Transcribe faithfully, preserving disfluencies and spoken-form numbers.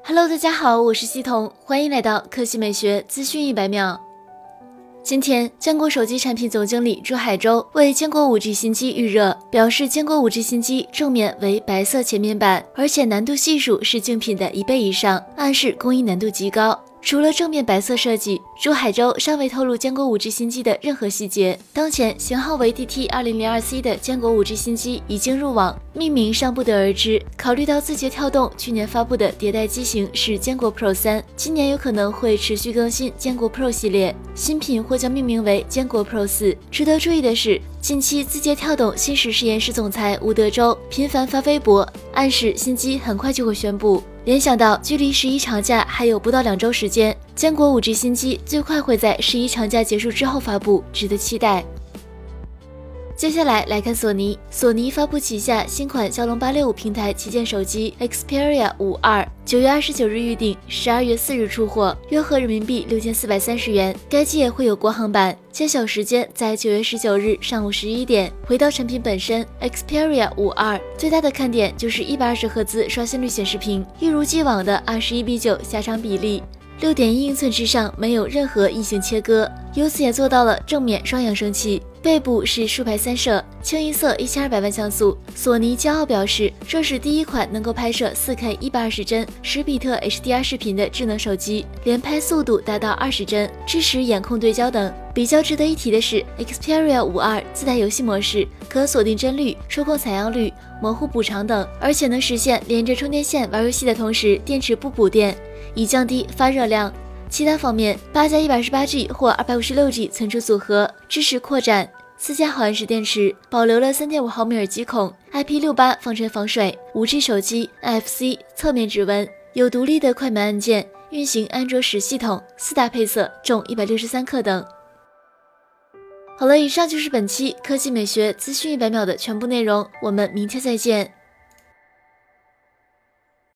Hello， 大家好，我是西彤，欢迎来到科技美学资讯一百秒。今天，坚果手机产品总经理朱海洲为坚果 五 G 新机预热，表示坚果 五 G 新机正面为白色前面板，而且难度系数是竞品的一倍以上，暗示工艺难度极高。除了正面白色设计，朱海洲尚未透露坚果 五 G 新机的任何细节。当前型号为 D T 二零零二 C 的坚果 五 G 新机已经入网，命名尚不得而知。考虑到字节跳动去年发布的迭代机型是坚果 Pro 三，今年有可能会持续更新坚果 Pro 系列，新品或将命名为坚果 Pro 四。值得注意的是，近期字节跳动新实实验室总裁吴德州频繁发微博，暗示新机很快就会宣布。联想到距离十一长假还有不到两周时间，坚果 五 G 新机最快会在十一长假结束之后发布，值得期待。接下来来看索尼，索尼发布旗下新款骁龙八六五平台旗舰手机 Xperia 五二，九月二十九日预定，十二月四日出货，约合人民币六千四百三十元。该机也会有国行版，揭晓时间在九月十九日上午十一点。回到产品本身 ，Xperia 五二最大的看点就是一百二十赫兹刷新率显示屏，一如既往的二十一比九下场比例。六点一英寸之上没有任何异形切割，由此也做到了正面双扬声器。背部是竖排三摄，清一色一千二百万像素。索尼骄傲表示，这是第一款能够拍摄 四K 一百二十帧十比特 H D R 视频的智能手机，连拍速度达到二十帧，支持眼控对焦等。比较值得一提的是 ，Xperia 五二自带游戏模式，可锁定帧率、触控采样率、模糊补偿等，而且能实现连着充电线玩游戏的同时，电池不补电，以降低发热量。其他方面，八加一百二十八 G 或二百五十六 G 存储组合，支持扩展，四加毫安时电池，保留了 三点五毫米耳机孔 ，I P 六八 防尘防水， 五 G 手机 N F C 侧面指纹，有独立的快门按键，运行安卓十系统，四大配色，重一百六十三克等。好了，以上就是本期科技美学资讯一百秒的全部内容，我们明天再见。